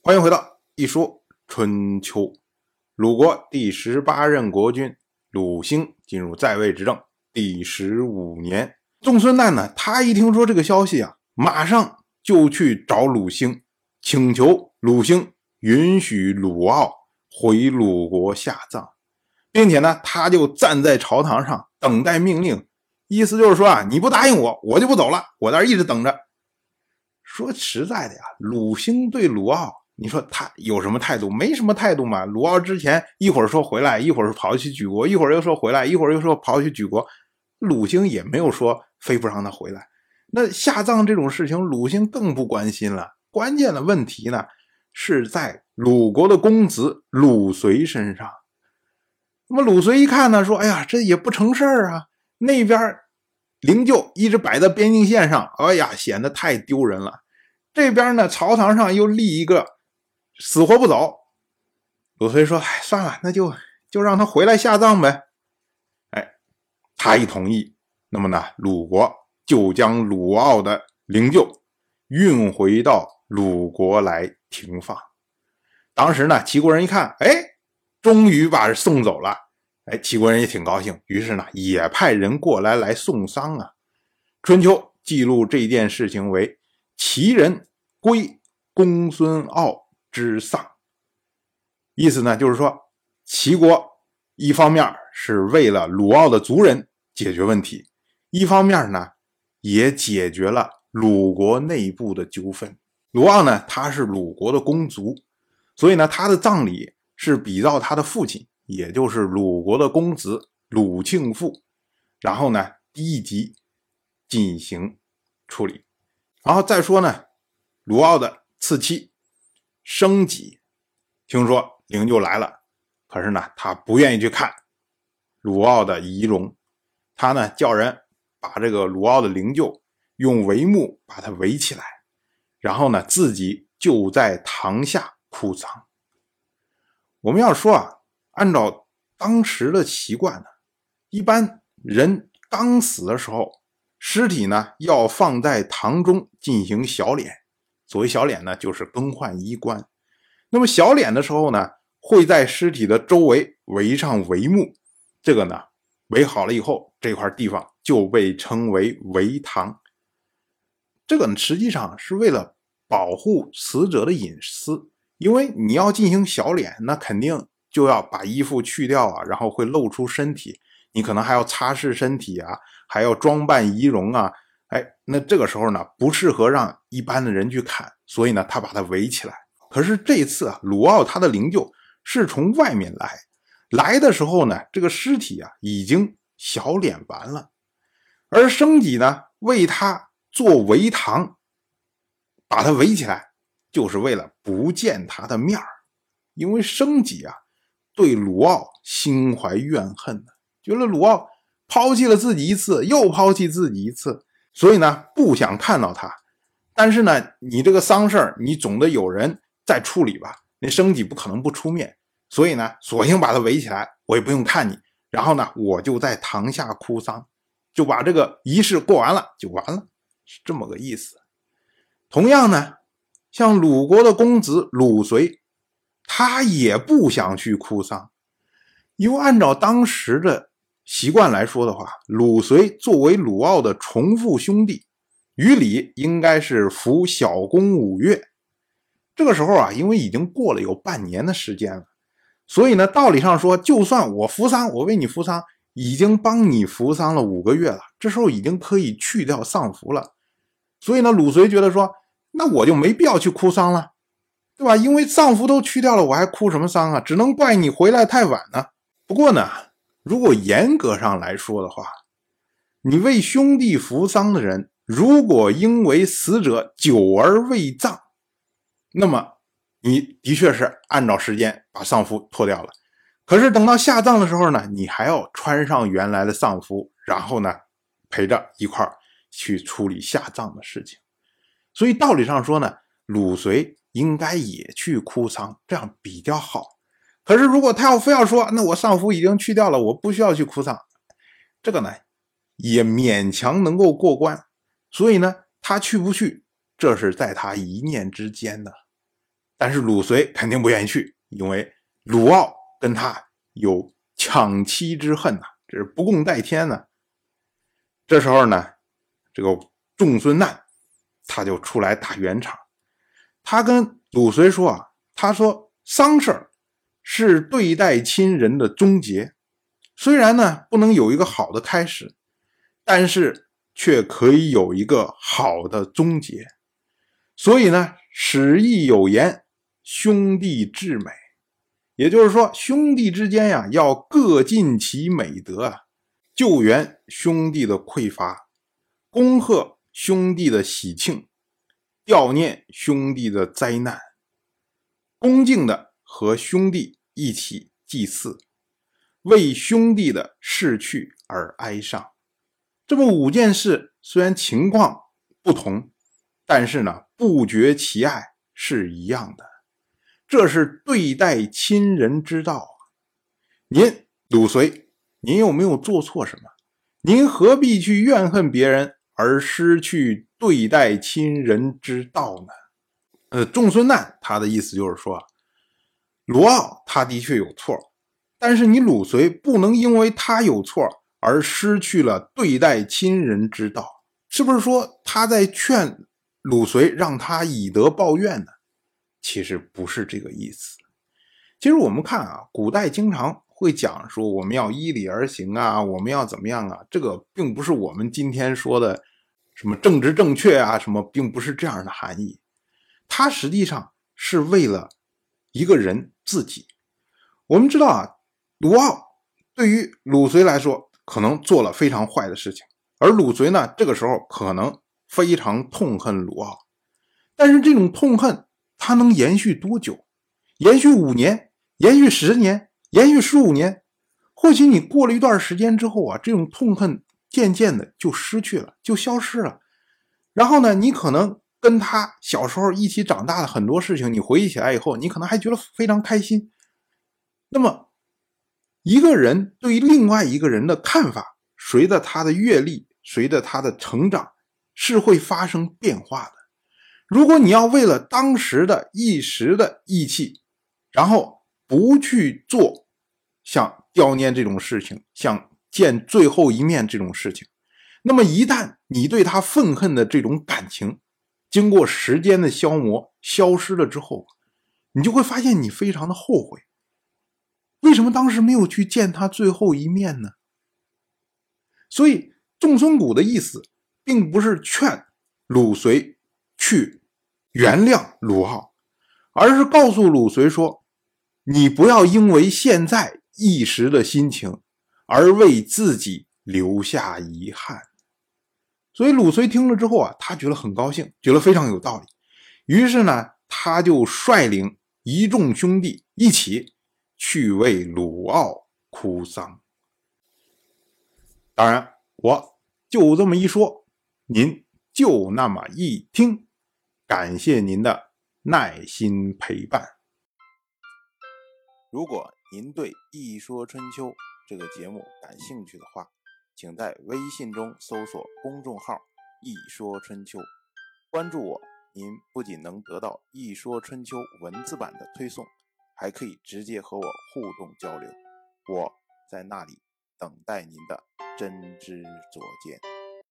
欢迎回到一说春秋。鲁国第18任国君鲁兴进入在位执政第15年。仲孙旦呢，他一听说这个消息啊，马上就去找鲁兴，请求鲁兴允许鲁傲回鲁国下葬，并且呢，他就站在朝堂上等待命令，意思就是说啊，你不答应我，我就不走了，我在这一直等着。说实在的呀，鲁兴对鲁傲，你说他有什么态度？没什么态度嘛。鲁傲之前一会儿说回来，一会儿跑去举国，一会儿又说回来，一会儿又说跑去举国，鲁兴也没有说非不让他回来。那下葬这种事情，鲁兴更不关心了。关键的问题呢，是在鲁国的公子鲁随身上。那么鲁随一看呢，说：“哎呀，这也不成事儿啊！那边灵柩一直摆在边境线上，哎呀，显得太丢人了。这边呢，朝堂上又立一个，死活不走。”鲁随说：“哎，算了，那就让他回来下葬呗。”哎，他一同意，那么呢，鲁国就将鲁傲的灵柩运回到鲁国来停放。当时呢，齐国人一看，哎，终于把送走了。哎，齐国人也挺高兴，于是呢，也派人过来送丧啊。春秋记录这件事情为齐人归公孙傲之丧。意思呢，就是说齐国一方面是为了鲁傲的族人解决问题，一方面呢也解决了鲁国内部的纠纷。鲁傲呢，他是鲁国的公族，所以呢，他的葬礼是比照他的父亲，也就是鲁国的公子鲁庆父，然后呢第一级进行处理。然后再说呢，鲁傲的次妻生己听说灵柩来了，可是呢他不愿意去看鲁傲的仪容，他呢叫人把这个鲁傲的灵柩用帷幕把它围起来，然后呢自己就在堂下哭丧。我们要说啊，按照当时的习惯呢，一般人刚死的时候，尸体呢要放在堂中进行小殓。所谓小殓呢，就是更换衣冠。那么小殓的时候呢，会在尸体的周围围上帷幕，这个呢围好了以后，这块地方就被称为围堂。这个实际上是为了保护死者的隐私，因为你要进行小殓，那肯定就要把衣服去掉啊，然后会露出身体，你可能还要擦拭身体啊，还要装扮仪容啊。哎，那这个时候呢，不适合让一般的人去看，所以呢，他把它围起来。可是这一次啊，鲁傲他的灵柩是从外面来的时候呢，这个尸体啊已经小殓完了，而生己呢为他做围堂，把他围起来，就是为了不见他的面儿。因为生己啊对鲁傲心怀怨恨，觉得鲁傲抛弃了自己一次，又抛弃自己一次，所以呢不想看到他。但是呢，你这个丧事你总得有人在处理吧，那生己不可能不出面，所以呢索性把他围起来，我也不用看你，然后呢我就在堂下哭丧，就把这个仪式过完了就完了，是这么个意思。同样呢，像鲁国的公子鲁随，他也不想去哭丧，因为按照当时的习惯来说的话，鲁随作为鲁傲的重父兄弟，于理应该是服小公5月。这个时候啊，因为已经过了有半年的时间了，所以呢，道理上说，就算我服丧，我为你服丧，已经帮你服丧了5个月了，这时候已经可以去掉丧服了。所以呢，鲁随觉得说，那我就没必要去哭丧了，对吧？因为丧服都去掉了，我还哭什么丧啊？只能怪你回来太晚呢。不过呢，如果严格上来说的话，你为兄弟服丧的人，如果因为死者久而未葬，那么你的确是按照时间把丧服脱掉了。可是等到下葬的时候呢，你还要穿上原来的丧服，然后呢陪着一块儿去处理下葬的事情。所以道理上说呢，鲁随应该也去哭丧，这样比较好。可是如果他非要说，那我丧服已经去掉了，我不需要去哭丧，这个呢也勉强能够过关。所以呢，他去不去，这是在他一念之间的。 但是鲁随肯定不愿意去，因为鲁傲跟他有抢妻之恨呐，这是不共戴天呐。这时候呢，这个仲孙难他就出来打圆场，他跟鲁随说啊，他说丧事是对待亲人的终结，虽然呢不能有一个好的开始，但是却可以有一个好的终结。所以呢，史亦有言，兄弟至美，也就是说兄弟之间呀，要各尽其美德啊，救援兄弟的匮乏，恭贺兄弟的喜庆，悼念兄弟的灾难，恭敬的和兄弟一起祭祀，为兄弟的逝去而哀伤。这么5件事虽然情况不同，但是呢，不绝其爱是一样的。这是对待亲人之道。您鲁随，您有没有做错什么？您何必去怨恨别人而失去对待亲人之道呢？仲孙难他的意思就是说，鲁傲他的确有错，但是你鲁随不能因为他有错而失去了对待亲人之道。是不是说他在劝鲁随让他以德报怨呢？其实不是这个意思。其实我们看啊，古代经常会讲说我们要依礼而行啊，我们要怎么样啊，这个并不是我们今天说的什么政治正确啊，什么并不是这样的含义。它实际上是为了一个人自己。我们知道啊，鲁傲对于鲁随来说可能做了非常坏的事情，而鲁随呢，这个时候可能非常痛恨鲁傲。但是这种痛恨它能延续多久？延续5年，延续10年，延续15年。或许你过了一段时间之后啊，这种痛恨渐渐的就失去了，就消失了。然后呢，你可能跟他小时候一起长大的很多事情，你回忆起来以后，你可能还觉得非常开心。那么一个人对于另外一个人的看法，随着他的阅历，随着他的成长，是会发生变化的。如果你要为了当时的一时的义气，然后不去做像悼念这种事情，像见最后一面这种事情，那么一旦你对他愤恨的这种感情经过时间的消磨消失了之后，你就会发现你非常的后悔，为什么当时没有去见他最后一面呢？所以仲孙谷的意思并不是劝鲁随去原谅鲁傲，而是告诉鲁随说，你不要因为现在一时的心情而为自己留下遗憾。所以鲁随听了之后啊，他觉得很高兴，觉得非常有道理。于是呢，他就率领一众兄弟一起去为鲁傲哭丧。当然，我就这么一说，您就那么一听，感谢您的耐心陪伴。如果您对《一说春秋》这个节目感兴趣的话，请在微信中搜索公众号“一说春秋”，关注我，您不仅能得到《一说春秋》文字版的推送，还可以直接和我互动交流。我在那里等待您的真知灼见。